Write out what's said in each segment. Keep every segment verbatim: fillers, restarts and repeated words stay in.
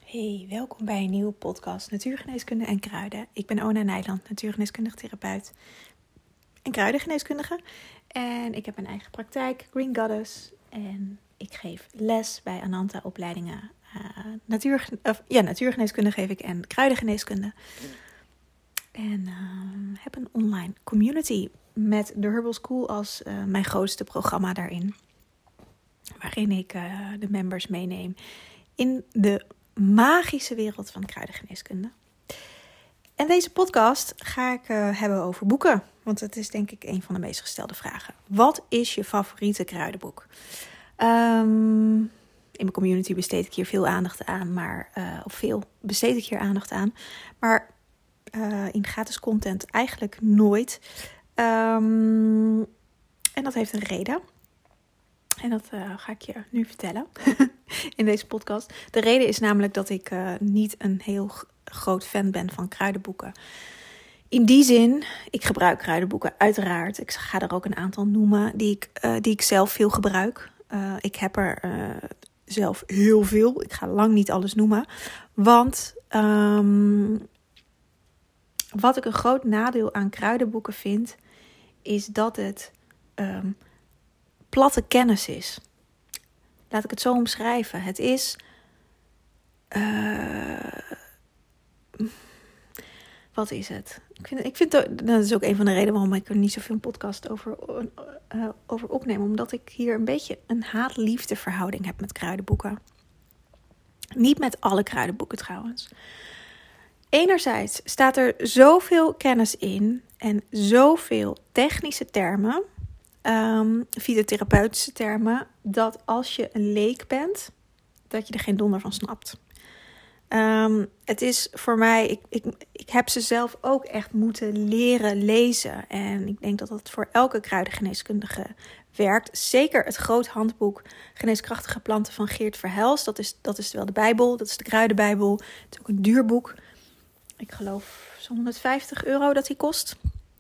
Hey, welkom bij een nieuwe podcast Natuurgeneeskunde en Kruiden. Ik ben Ona Nijland, natuurgeneeskundig therapeut en kruidengeneeskundige. En ik heb een eigen praktijk, Green Goddess. En ik geef les bij Ananta opleidingen. Uh, natuur, of, ja, natuurgeneeskunde geef ik en kruidengeneeskunde. En uh, heb een online community met The Herbal School als uh, mijn grootste programma daarin. Waarin ik uh, de members meeneem in de magische wereld van kruidengeneeskunde. En deze podcast ga ik uh, hebben over boeken. Want het is denk ik een van de meest gestelde vragen. Wat is je favoriete kruidenboek? Um, in mijn community besteed ik hier veel aandacht aan. Maar, uh, of veel besteed ik hier aandacht aan. Maar uh, in gratis content eigenlijk nooit. Um, en dat heeft een reden. En dat uh, ga ik je nu vertellen in deze podcast. De reden is namelijk dat ik uh, niet een heel g- groot fan ben van kruidenboeken. In die zin, ik gebruik kruidenboeken uiteraard. Ik ga er ook een aantal noemen die ik, uh, die ik zelf veel gebruik. Uh, ik heb er uh, zelf heel veel. Ik ga lang niet alles noemen. Want um, wat ik een groot nadeel aan kruidenboeken vind, is dat het Um, platte kennis is. Laat ik het zo omschrijven. Het is Uh, wat is het? Ik vind, ik vind dat, dat is ook een van de redenen waarom ik er niet zoveel een podcast over, uh, over opneem. Omdat ik hier een beetje een haat-liefde verhouding heb met kruidenboeken. Niet met alle kruidenboeken trouwens. Enerzijds staat er zoveel kennis in en zoveel technische termen, Um, fytotherapeutische termen, dat als je een leek bent, dat je er geen donder van snapt. Um, het is voor mij, ik, ik, ik heb ze zelf ook echt moeten leren lezen. En ik denk dat dat voor elke kruidengeneeskundige werkt. Zeker het groot handboek Geneeskrachtige Planten van Geert Verhelst. Dat is, dat is wel de Bijbel, dat is de Kruidenbijbel. Het is ook een duur boek. Ik geloof zo'n honderdvijftig euro dat die kost.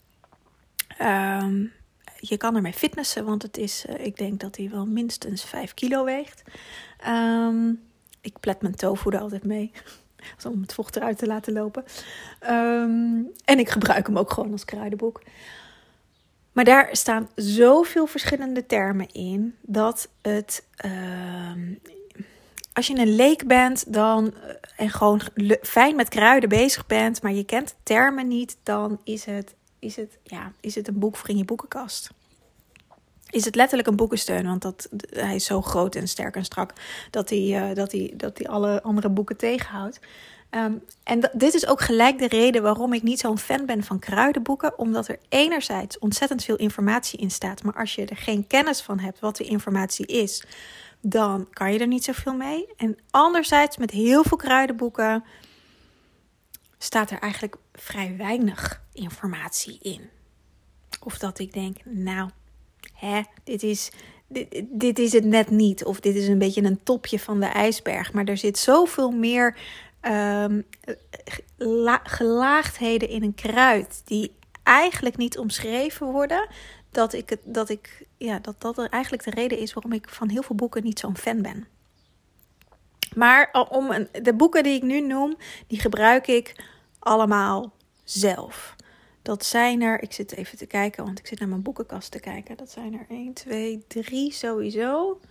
Um, Je kan ermee fitnessen, want het is, uh, ik denk dat hij wel minstens vijf kilo weegt. Um, ik plet mijn tofu er altijd mee, om het vocht eruit te laten lopen. Um, en ik gebruik hem ook gewoon als kruidenboek. Maar daar staan zoveel verschillende termen in, dat het, uh, als je een leek bent dan, uh, en gewoon le- fijn met kruiden bezig bent, maar je kent de termen niet, dan is het Is het, ja, is het een boek voor in je boekenkast? Is het letterlijk een boekensteun? Want dat, hij is zo groot en sterk en strak dat hij, uh, dat hij, dat hij alle andere boeken tegenhoudt. Um, en d- dit is ook gelijk de reden waarom ik niet zo'n fan ben van kruidenboeken. Omdat er enerzijds ontzettend veel informatie in staat. Maar als je er geen kennis van hebt wat de informatie is, dan kan je er niet zoveel mee. En anderzijds met heel veel kruidenboeken staat er eigenlijk vrij weinig informatie in. Of dat ik denk, nou, hè, dit is, dit, dit is het net niet. Of dit is een beetje een topje van de ijsberg. Maar er zit zoveel meer um, la- gelaagdheden in een kruid die eigenlijk niet omschreven worden. Dat ik het, dat ik, ja, dat dat er eigenlijk de reden is waarom ik van heel veel boeken niet zo'n fan ben. Maar om een, de boeken die ik nu noem, die gebruik ik allemaal zelf. Dat zijn er, ik zit even te kijken, want ik zit naar mijn boekenkast te kijken. Dat zijn er één, twee, drie sowieso.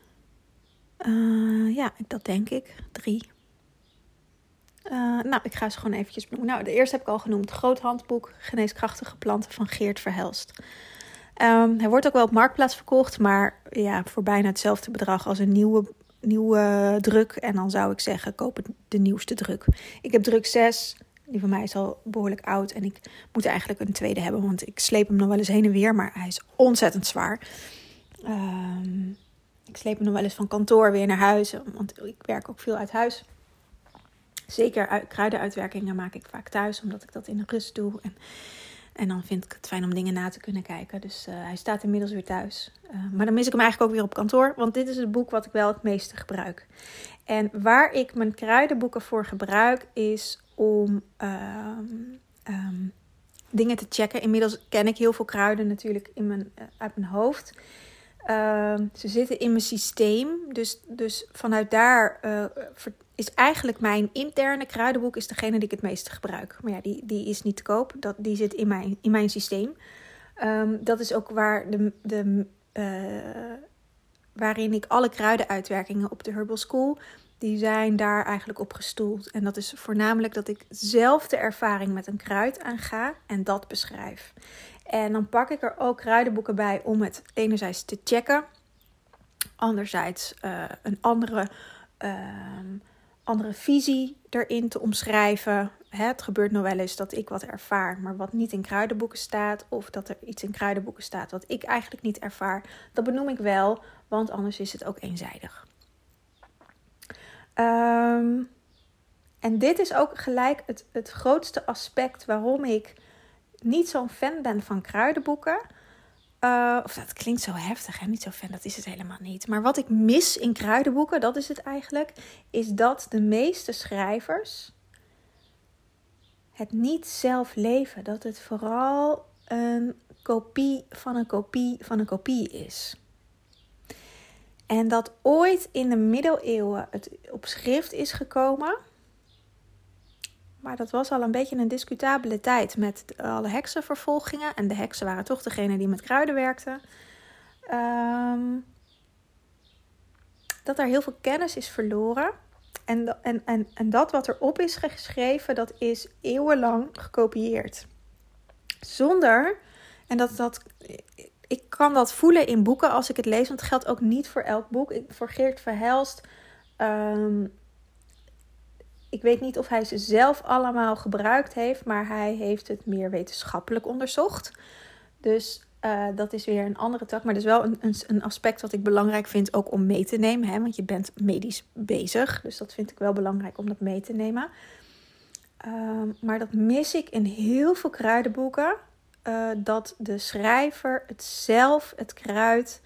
Uh, ja, dat denk ik. Drie. Uh, nou, ik ga ze gewoon eventjes benoemen. Nou, de eerste heb ik al genoemd. Groot handboek Geneeskrachtige Planten van Geert Verhelst. Um, hij wordt ook wel op Marktplaats verkocht, maar ja, voor bijna hetzelfde bedrag als een nieuwe nieuwe druk. En dan zou ik zeggen, koop het de nieuwste druk. Ik heb druk zes. Die van mij is al behoorlijk oud. En ik moet eigenlijk een tweede hebben. Want ik sleep hem nog wel eens heen en weer. Maar hij is ontzettend zwaar. Um, ik sleep hem nog wel eens van kantoor weer naar huis. Want ik werk ook veel uit huis. Zeker uit, kruidenuitwerkingen maak ik vaak thuis. Omdat ik dat in rust doe. En, en dan vind ik het fijn om dingen na te kunnen kijken. Dus uh, hij staat inmiddels weer thuis. Uh, maar dan mis ik hem eigenlijk ook weer op kantoor. Want dit is het boek wat ik wel het meeste gebruik. En waar ik mijn kruidenboeken voor gebruik is om um, um, dingen te checken. Inmiddels ken ik heel veel kruiden natuurlijk in mijn, uh, uit mijn hoofd. Uh, ze zitten in mijn systeem. Dus, dus vanuit daar uh, ver, is eigenlijk mijn interne kruidenboek, is degene die ik het meeste gebruik. Maar ja, die, die is niet te koop. Dat, die zit in mijn, in mijn systeem. Um, dat is ook waar de, de, uh, waarin ik alle kruidenuitwerkingen op de Herbal School, die zijn daar eigenlijk op gestoeld. En dat is voornamelijk dat ik zelf de ervaring met een kruid aanga en dat beschrijf. En dan pak ik er ook kruidenboeken bij om het enerzijds te checken. Anderzijds uh, een andere, uh, andere visie erin te omschrijven. Hè, het gebeurt nog wel eens dat ik wat ervaar, maar wat niet in kruidenboeken staat. Of dat er iets in kruidenboeken staat wat ik eigenlijk niet ervaar. Dat benoem ik wel, want anders is het ook eenzijdig. Um, en dit is ook gelijk het, het grootste aspect waarom ik niet zo'n fan ben van kruidenboeken. Uh, of dat klinkt zo heftig, hè? Niet zo fan, dat is het helemaal niet. Maar wat ik mis in kruidenboeken, dat is het eigenlijk, is dat de meeste schrijvers het niet zelf leven. Dat het vooral een kopie van een kopie van een kopie is. En dat ooit in de middeleeuwen het op schrift is gekomen. Maar dat was al een beetje een discutabele tijd met alle heksenvervolgingen. En de heksen waren toch degene die met kruiden werkten. Um, dat er heel veel kennis is verloren. En, en, en, en dat wat erop is geschreven, dat is eeuwenlang gekopieerd. Zonder, en dat, dat, ik kan dat voelen in boeken als ik het lees. Want het geldt ook niet voor elk boek. Ik, voor Geert Verhelst, um, ik weet niet of hij ze zelf allemaal gebruikt heeft, maar hij heeft het meer wetenschappelijk onderzocht. Dus uh, dat is weer een andere tak. Maar dat is wel een, een, een aspect wat ik belangrijk vind ook om mee te nemen. Hè? Want je bent medisch bezig, dus dat vind ik wel belangrijk om dat mee te nemen. Uh, maar dat mis ik in heel veel kruidenboeken. Uh, dat de schrijver het zelf, het kruid,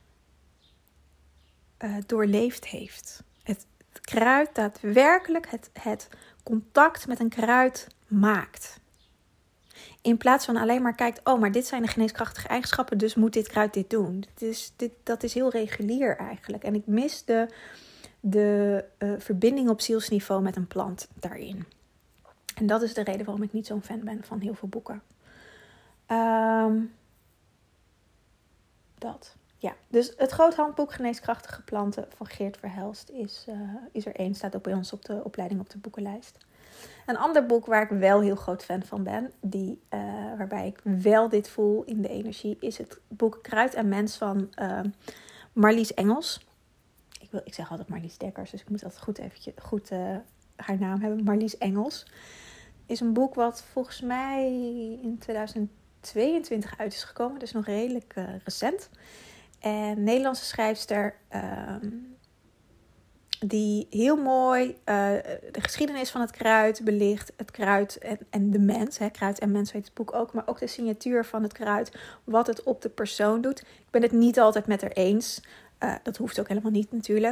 uh, doorleefd heeft. Het kruid daadwerkelijk het, het contact met een kruid maakt. In plaats van alleen maar kijkt, oh, maar dit zijn de geneeskrachtige eigenschappen, dus moet dit kruid dit doen. Dit is, dit, dat is heel regulier eigenlijk. En ik mis de, de uh, verbinding op zielsniveau met een plant daarin. En dat is de reden waarom ik niet zo'n fan ben van heel veel boeken. Um, dat. Ja, dus het groot handboek Geneeskrachtige planten van Geert Verhelst is, uh, is er één. Staat ook bij ons op de opleiding op de boekenlijst. Een ander boek waar ik wel heel groot fan van ben, die, uh, waarbij ik wel dit voel in de energie, is het boek Kruid en Mens van uh, Marlies Engels. Ik, wil, ik zeg altijd Marlies Dekkers, dus ik moet altijd goed, eventjes, goed uh, haar naam hebben. Marlies Engels is een boek wat volgens mij in tweeduizend tweeëntwintig uit is gekomen, dus nog redelijk uh, recent. En Nederlandse schrijfster um, die heel mooi uh, de geschiedenis van het kruid belicht. Het kruid en, en de mens. Hè. Kruid en mens heet het boek ook. Maar ook de signatuur van het kruid. Wat het op de persoon doet. Ik ben het niet altijd met haar eens. Uh, dat hoeft ook helemaal niet natuurlijk.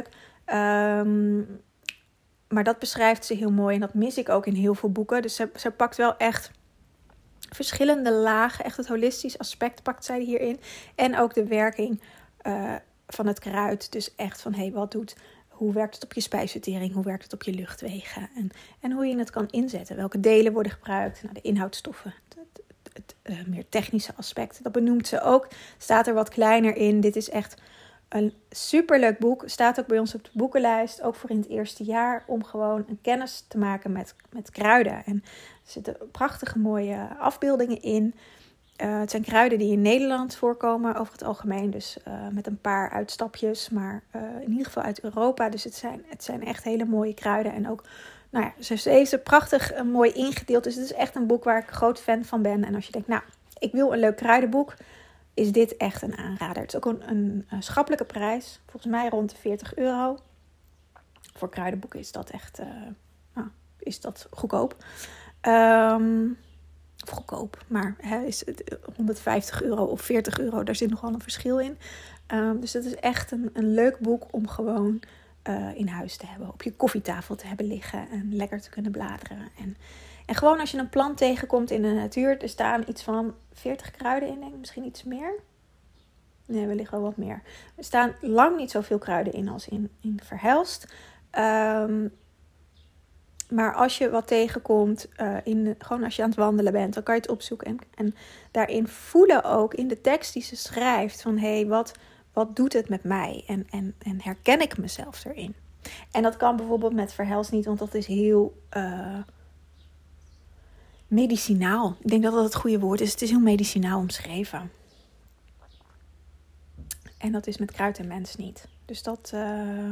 Um, maar dat beschrijft ze heel mooi. En dat mis ik ook in heel veel boeken. Dus ze, ze pakt wel echt verschillende lagen. Echt het holistisch aspect pakt zij hierin. En ook de werking uh, van het kruid. Dus echt van, hé, hey, wat doet... Hoe werkt het op je spijsvertering? Hoe werkt het op je luchtwegen? En, en hoe je het kan inzetten. Welke delen worden gebruikt? Nou, de inhoudstoffen. Het, het, het uh, meer technische aspect. Dat benoemt ze ook. Staat er wat kleiner in. Dit is echt een superleuk boek. Staat ook bij ons op de boekenlijst. Ook voor in het eerste jaar. Om gewoon een kennis te maken met, met kruiden. En er zitten prachtige mooie afbeeldingen in. Uh, het zijn kruiden die in Nederland voorkomen over het algemeen. Dus uh, met een paar uitstapjes. Maar uh, in ieder geval uit Europa. Dus het zijn, het zijn echt hele mooie kruiden. En ook, nou ja, ze heeft ze prachtig uh, mooi ingedeeld. Dus het is echt een boek waar ik een groot fan van ben. En als je denkt, nou, ik wil een leuk kruidenboek, is dit echt een aanrader. Het is ook een, een, een schappelijke prijs. Volgens mij rond de veertig euro. Voor kruidenboeken is dat echt uh, nou, is dat goedkoop. Um, goedkoop, maar hè, is het honderdvijftig euro of veertig euro, daar zit nogal een verschil in. Um, dus het is echt een, een leuk boek om gewoon uh, in huis te hebben, op je koffietafel te hebben liggen en lekker te kunnen bladeren. En, en gewoon als je een plant tegenkomt in de natuur, er staan iets van veertig kruiden in, denk ik, misschien iets meer. Nee, wellicht wel wat meer. Er staan lang niet zoveel kruiden in als in, in Verhelst. Um, Maar als je wat tegenkomt, uh, in de, gewoon als je aan het wandelen bent, dan kan je het opzoeken. En, en daarin voelen ook in de tekst die ze schrijft van hé, hey, wat, wat doet het met mij? En, en, en herken ik mezelf erin? En dat kan bijvoorbeeld met verhels niet, want dat is heel uh, medicinaal. Ik denk dat dat het goede woord is. Het is heel medicinaal omschreven. En dat is met kruid en mens niet. Dus dat, uh,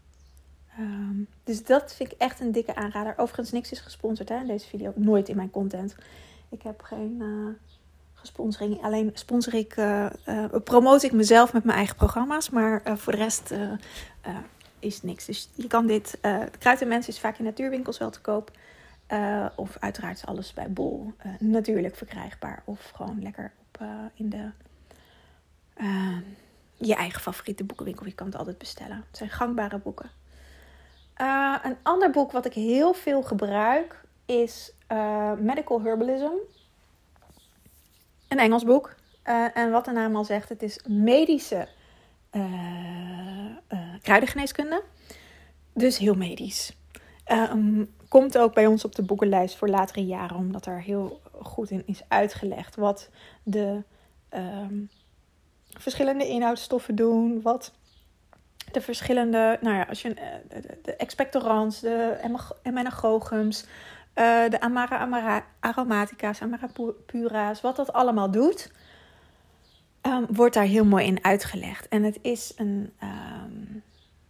um, dus dat vind ik echt een dikke aanrader. Overigens, niks is gesponsord hè, in deze video. Nooit in mijn content. Ik heb geen uh, gesponsoring. Alleen sponsor ik, uh, uh, promote ik mezelf met mijn eigen programma's. Maar uh, voor de rest uh, uh, is niks. Dus je kan dit... Uh, kruid en mens is vaak in natuurwinkels wel te koop. Uh, of uiteraard is alles bij Bol uh, natuurlijk verkrijgbaar. Of gewoon lekker op uh, in de... Uh, je eigen favoriete boekenwinkel. Je kan het altijd bestellen. Het zijn gangbare boeken. Uh, een ander boek wat ik heel veel gebruik is uh, Medical Herbalism. Een Engels boek. Uh, en wat de naam al zegt, het is medische uh, uh, kruidengeneeskunde. Dus heel medisch. Um, komt ook bij ons op de boekenlijst voor latere jaren. Omdat er heel goed in is uitgelegd wat de... Um, verschillende inhoudsstoffen doen, wat de verschillende, nou ja, als je de, de, de expectorants, de emmenagochums, uh, de amara, amara aromatica's, amara pura's, wat dat allemaal doet, um, wordt daar heel mooi in uitgelegd. En het is een um,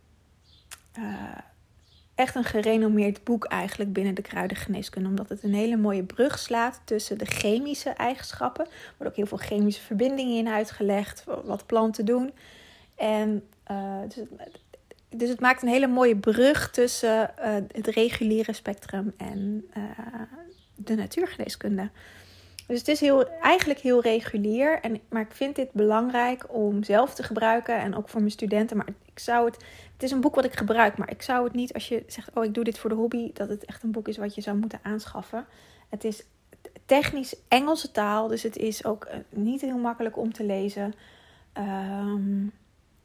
uh, echt een gerenommeerd boek eigenlijk binnen de kruidengeneeskunde, omdat het een hele mooie brug slaat tussen de chemische eigenschappen. Er worden ook heel veel chemische verbindingen in uitgelegd, wat planten doen. En uh, dus, het, dus het maakt een hele mooie brug tussen uh, het reguliere spectrum en uh, de natuurgeneeskunde. Dus het is heel, eigenlijk heel regulier. En, maar ik vind dit belangrijk om zelf te gebruiken. En ook voor mijn studenten. Maar ik zou het... Het is een boek wat ik gebruik. Maar ik zou het niet, als je zegt... Oh, ik doe dit voor de hobby. Dat het echt een boek is wat je zou moeten aanschaffen. Het is technisch Engelse taal. Dus het is ook niet heel makkelijk om te lezen. Um,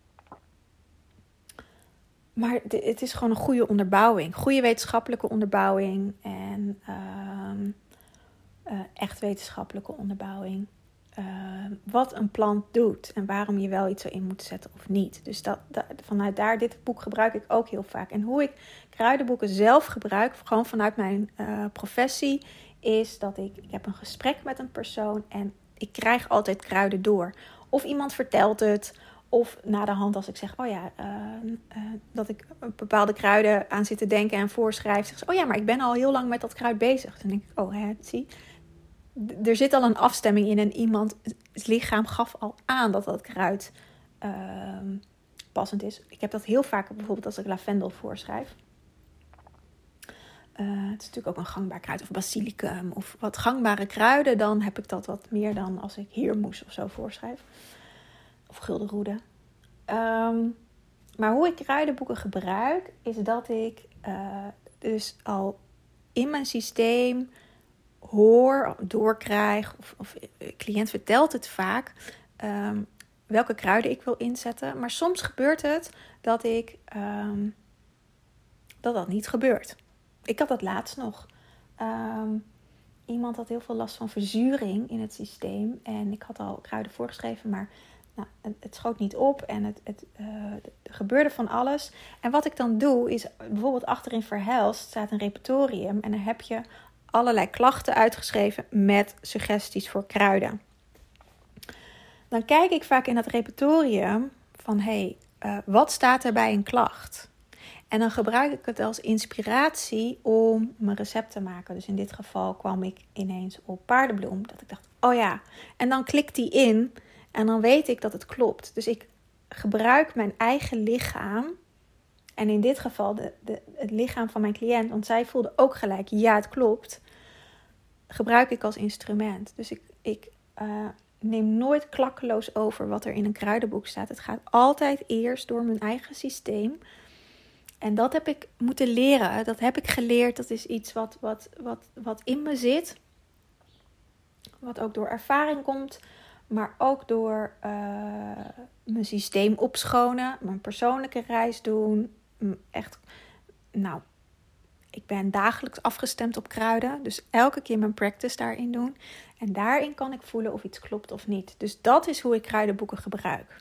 maar het is gewoon een goede onderbouwing. Goede wetenschappelijke onderbouwing. En... Um, Uh, echt wetenschappelijke onderbouwing. Uh, wat een plant doet en waarom je wel iets erin moet zetten of niet. Dus dat, dat, vanuit daar, dit boek gebruik ik ook heel vaak. En hoe ik kruidenboeken zelf gebruik, gewoon vanuit mijn uh, professie, is dat ik, ik heb een gesprek met een persoon en ik krijg altijd kruiden door. Of iemand vertelt het, of na de hand als ik zeg, oh ja, uh, uh, dat ik bepaalde kruiden aan zit te denken en voorschrijf. Zeg ze, oh ja, maar ik ben al heel lang met dat kruid bezig. Dan denk ik, oh hè, zie. Er zit al een afstemming in en iemands lichaam gaf al aan dat dat kruid uh, passend is. Ik heb dat heel vaak bijvoorbeeld als ik lavendel voorschrijf. Uh, het is natuurlijk ook een gangbaar kruid of basilicum of wat gangbare kruiden. Dan heb ik dat wat meer dan als ik heermoes of zo voorschrijf. Of guldenroede. Um, maar hoe ik kruidenboeken gebruik is dat ik uh, dus al in mijn systeem... hoor, doorkrijg, of, of cliënt vertelt het vaak, um, welke kruiden ik wil inzetten. Maar soms gebeurt het dat ik um, dat dat niet gebeurt. Ik had dat laatst nog. Um, iemand had heel veel last van verzuring in het systeem. En ik had al kruiden voorgeschreven, maar nou, het, het schoot niet op. En het, het uh, er gebeurde van alles. En wat ik dan doe, is bijvoorbeeld achterin Verhelst staat een repertorium. En dan heb je allerlei klachten uitgeschreven met suggesties voor kruiden. Dan kijk ik vaak in dat repertorium van, hé, hey, uh, wat staat er bij een klacht? En dan gebruik ik het als inspiratie om mijn recept te maken. Dus in dit geval kwam ik ineens op paardenbloem. Dat ik dacht, oh ja. En dan klikt die in en dan weet ik dat het klopt. Dus ik gebruik mijn eigen lichaam. En in dit geval de, de, het lichaam van mijn cliënt. Want zij voelde ook gelijk, ja, het klopt. Gebruik ik als instrument. Dus ik, ik uh, neem nooit klakkeloos over wat er in een kruidenboek staat. Het gaat altijd eerst door mijn eigen systeem. En dat heb ik moeten leren. Dat heb ik geleerd. Dat is iets wat, wat, wat, wat in me zit. Wat ook door ervaring komt. Maar ook door uh, mijn systeem opschonen. Mijn persoonlijke reis doen. Echt, nou, ik ben dagelijks afgestemd op kruiden. Dus elke keer mijn practice daarin doen. En daarin kan ik voelen of iets klopt of niet. Dus dat is hoe ik kruidenboeken gebruik.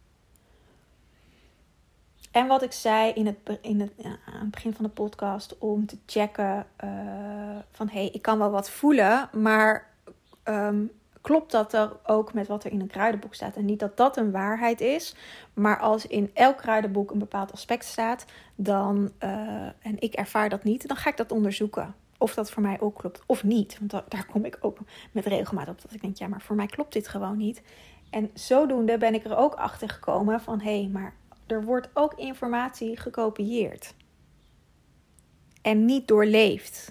En wat ik zei in het, in het, ja, aan het begin van de podcast, om te checken uh, van hé, hey, ik kan wel wat voelen, maar um, klopt dat er ook met wat er in een kruidenboek staat? En niet dat dat een waarheid is, maar als in elk kruidenboek een bepaald aspect staat, dan, uh, en ik ervaar dat niet, dan ga ik dat onderzoeken. Of dat voor mij ook klopt of niet. Want da- daar kom ik ook met regelmaat op, dat ik denk, ja, maar voor mij klopt dit gewoon niet. En zodoende ben ik er ook achter gekomen van hé, hey, maar er wordt ook informatie gekopieerd. En niet doorleefd.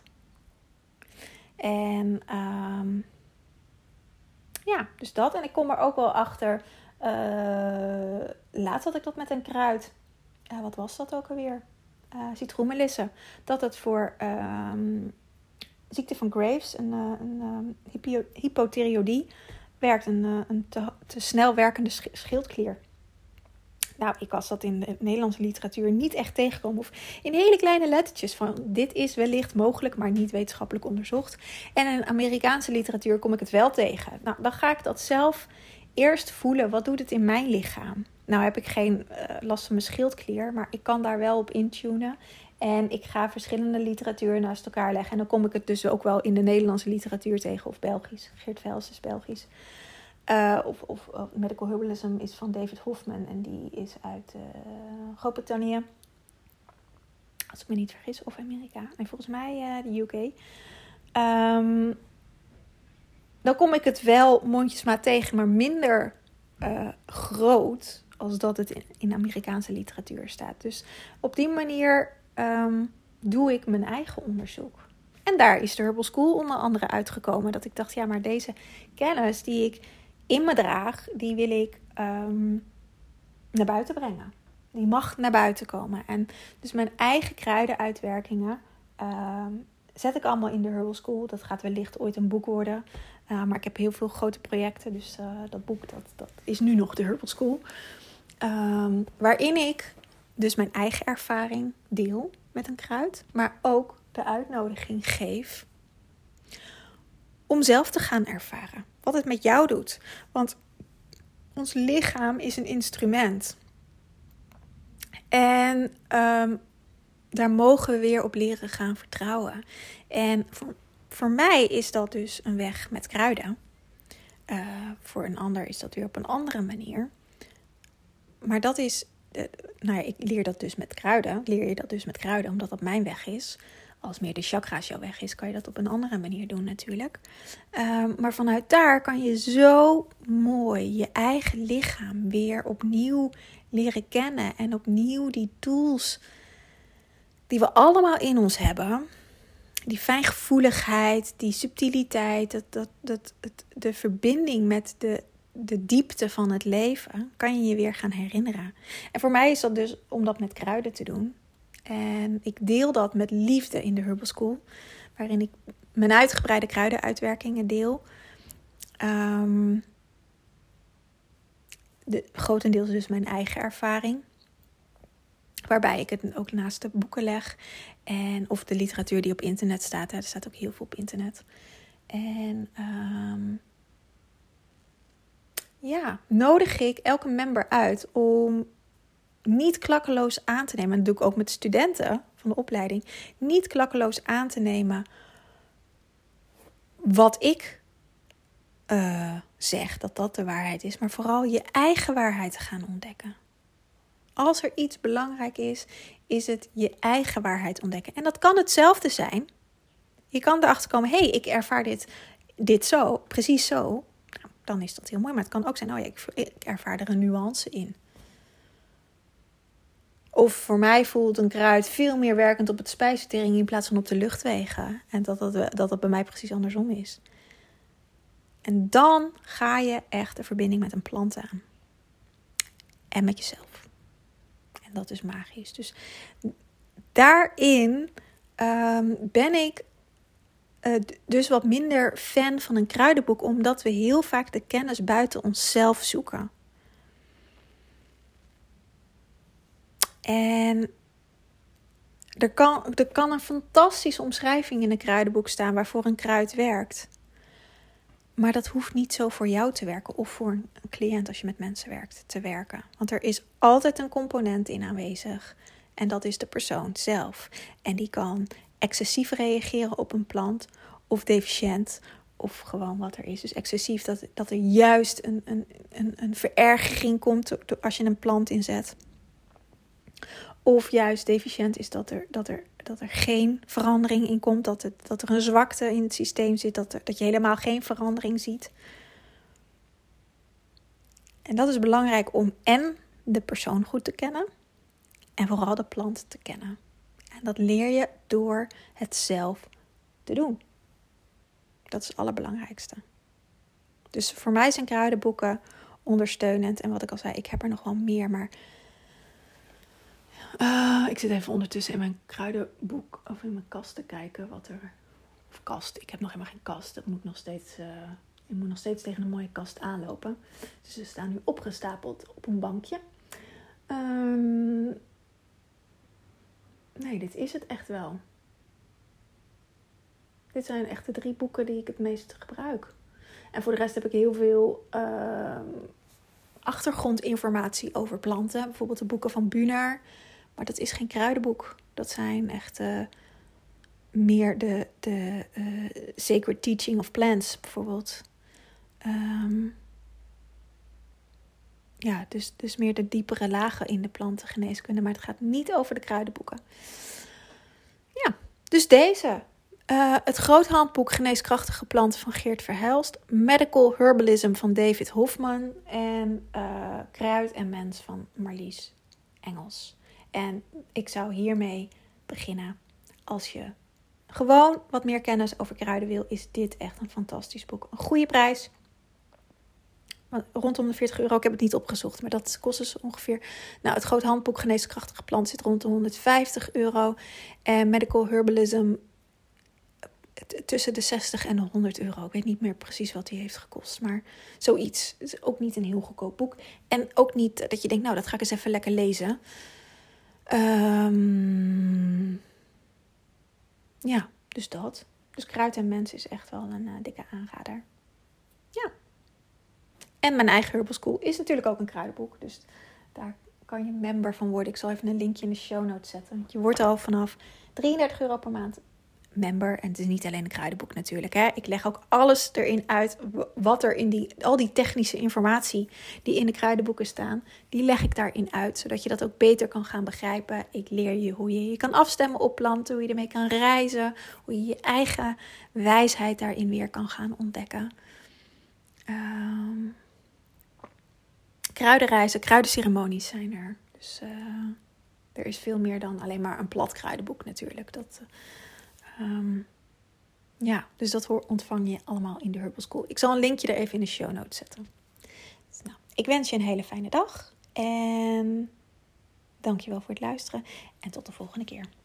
En um, ja, dus dat. En ik kom er ook wel achter. Uh, laatst had ik dat met een kruid. Uh, wat was dat ook alweer? Uh, citroenmelisse. Dat het voor um, ziekte van Graves, een, uh, een um, hypo- hypothyreoïdie, werkt. Een, uh, een te, te snel werkende sch- schildklier. Nou, ik was dat in de Nederlandse literatuur niet echt tegengekomen. Of in hele kleine lettertjes van dit is wellicht mogelijk, maar niet wetenschappelijk onderzocht. En in Amerikaanse literatuur kom ik het wel tegen. Nou, dan ga ik dat zelf eerst voelen. Wat doet het in mijn lichaam? Nou heb ik geen uh, last van mijn schildklier, maar ik kan daar wel op intunen. En ik ga verschillende literatuur naast elkaar leggen. En dan kom ik het dus ook wel in de Nederlandse literatuur tegen. Of Belgisch. Geert Vels is Belgisch. Uh, of, of, of Medical Herbalism is van David Hoffman. En die is uit uh, Groot-Brittannië. Als ik me niet vergis. Of Amerika. Nee, volgens mij uh, de U K. Um, dan kom ik het wel mondjesmaat tegen. Maar minder uh, groot. Als dat het in, in Amerikaanse literatuur staat. Dus op die manier um, doe ik mijn eigen onderzoek. En daar is de Herbal School onder andere uitgekomen. Dat ik dacht, ja, maar deze kennis die ik in me draag, die wil ik um, naar buiten brengen. Die mag naar buiten komen. En dus mijn eigen kruidenuitwerkingen um, zet ik allemaal in de Herbal School. Dat gaat wellicht ooit een boek worden. Uh, maar ik heb heel veel grote projecten. Dus uh, dat boek, dat, dat is nu nog de Herbal School. Um, waarin ik dus mijn eigen ervaring deel met een kruid. Maar ook de uitnodiging geef om zelf te gaan ervaren wat het met jou doet. Want ons lichaam is een instrument. En um, daar mogen we weer op leren gaan vertrouwen. En voor, voor mij is dat dus een weg met kruiden. Uh, voor een ander is dat weer op een andere manier. Maar dat is, uh, nou ja, ik leer dat dus met kruiden. Leer je dat dus met kruiden, omdat dat mijn weg is. Als meer de chakra's jouw weg is, kan je dat op een andere manier doen natuurlijk. Um, maar vanuit daar kan je zo mooi je eigen lichaam weer opnieuw leren kennen. En opnieuw die tools die we allemaal in ons hebben. Die fijngevoeligheid, die subtiliteit, dat, dat, dat, het, de verbinding met de, de diepte van het leven, kan je je weer gaan herinneren. En voor mij is dat dus om dat met kruiden te doen. En ik deel dat met liefde in de Herbal School. Waarin ik mijn uitgebreide kruidenuitwerkingen deel. Um, de, grotendeels dus mijn eigen ervaring. Waarbij ik het ook naast de boeken leg. En, of de literatuur die op internet staat. Hè. Er staat ook heel veel op internet. En um, ja, nodig ik elke member uit om niet klakkeloos aan te nemen. En dat doe ik ook met studenten van de opleiding. Niet klakkeloos aan te nemen wat ik uh, zeg, dat dat de waarheid is. Maar vooral je eigen waarheid te gaan ontdekken. Als er iets belangrijk is, is het je eigen waarheid ontdekken. En dat kan hetzelfde zijn. Je kan erachter komen, hé, hey, ik ervaar dit, dit zo, precies zo. Nou, dan is dat heel mooi. Maar het kan ook zijn, oh ja, ik, ik ervaar er een nuance in. Of voor mij voelt een kruid veel meer werkend op het spijsvertering in plaats van op de luchtwegen. En dat dat, dat dat bij mij precies andersom is. En dan ga je echt de verbinding met een plant aan. En met jezelf. En dat is magisch. Dus daarin um, ben ik uh, dus wat minder fan van een kruidenboek. Omdat we heel vaak de kennis buiten onszelf zoeken. En Er kan, er kan een fantastische omschrijving in een kruidenboek staan waarvoor een kruid werkt. Maar dat hoeft niet zo voor jou te werken of voor een cliënt als je met mensen werkt te werken. Want er is altijd een component in aanwezig. En dat is de persoon zelf. En die kan excessief reageren op een plant of deficiënt of gewoon wat er is. Dus excessief, dat, dat er juist een, een, een, een verergering komt als je een plant inzet. Of juist deficiënt is dat er, dat er, dat er geen verandering in komt. Dat, het, dat er een zwakte in het systeem zit. Dat, er, dat je helemaal geen verandering ziet. En dat is belangrijk om en de persoon goed te kennen. En vooral de plant te kennen. En dat leer je door het zelf te doen. Dat is het allerbelangrijkste. Dus voor mij zijn kruidenboeken ondersteunend. En wat ik al zei, ik heb er nog wel meer, maar... Uh, ik zit even ondertussen in mijn kruidenboek of in mijn kast te kijken wat er... Of kast, ik heb nog helemaal geen kast. Dat moet nog steeds, uh, ik moet nog steeds tegen een mooie kast aanlopen. Dus ze staan nu opgestapeld op een bankje. Um, nee, dit is het echt wel. Dit zijn echt de drie boeken die ik het meest gebruik. En voor de rest heb ik heel veel... Uh, achtergrondinformatie over planten. Bijvoorbeeld de boeken van Bunar. Maar dat is geen kruidenboek. Dat zijn echt uh, meer de, de uh, Sacred Teaching of Plants bijvoorbeeld. Um, ja, dus, dus meer de diepere lagen in de plantengeneeskunde. Maar het gaat niet over de kruidenboeken. Ja, dus deze. Uh, het groot handboek Geneeskrachtige planten van Geert Verhelst. Medical Herbalism van David Hofman. En uh, Kruid en Mens van Marlies Engels. En ik zou hiermee beginnen. Als je gewoon wat meer kennis over kruiden wil, is dit echt een fantastisch boek. Een goede prijs. Rondom de veertig euro. Ik heb het niet opgezocht, maar dat kost dus ongeveer... Nou, het groot handboek Geneeskrachtige planten zit rond de honderdvijftig euro. En Medical Herbalism tussen de zestig en de honderd euro. Ik weet niet meer precies wat die heeft gekost. Maar zoiets. Het is ook niet een heel goedkoop boek. En ook niet dat je denkt, nou, dat ga ik eens even lekker lezen. Um, ja, dus dat. Dus Kruid en Mens is echt wel een uh, dikke aanrader. Ja. En mijn eigen Herbal School is natuurlijk ook een kruidenboek. Dus daar kan je member van worden. Ik zal even een linkje in de show notes zetten. Je wordt al vanaf drieëndertig euro per maand member. En het is niet alleen een kruidenboek natuurlijk. Hè. Ik leg ook alles erin uit. Wat er in die, al die technische informatie die in de kruidenboeken staan. Die leg ik daarin uit. Zodat je dat ook beter kan gaan begrijpen. Ik leer je hoe je je kan afstemmen op planten. Hoe je ermee kan reizen. Hoe je je eigen wijsheid daarin weer kan gaan ontdekken. Um, kruidenreizen, kruidenceremonies zijn er. Dus uh, er is veel meer dan alleen maar een plat kruidenboek natuurlijk. Dat... Uh, Um, ja, dus dat ontvang je allemaal in de Herbal School. Ik zal een linkje er even in de show notes zetten. Dus nou, ik wens je een hele fijne dag. En dankjewel voor het luisteren. En tot de volgende keer.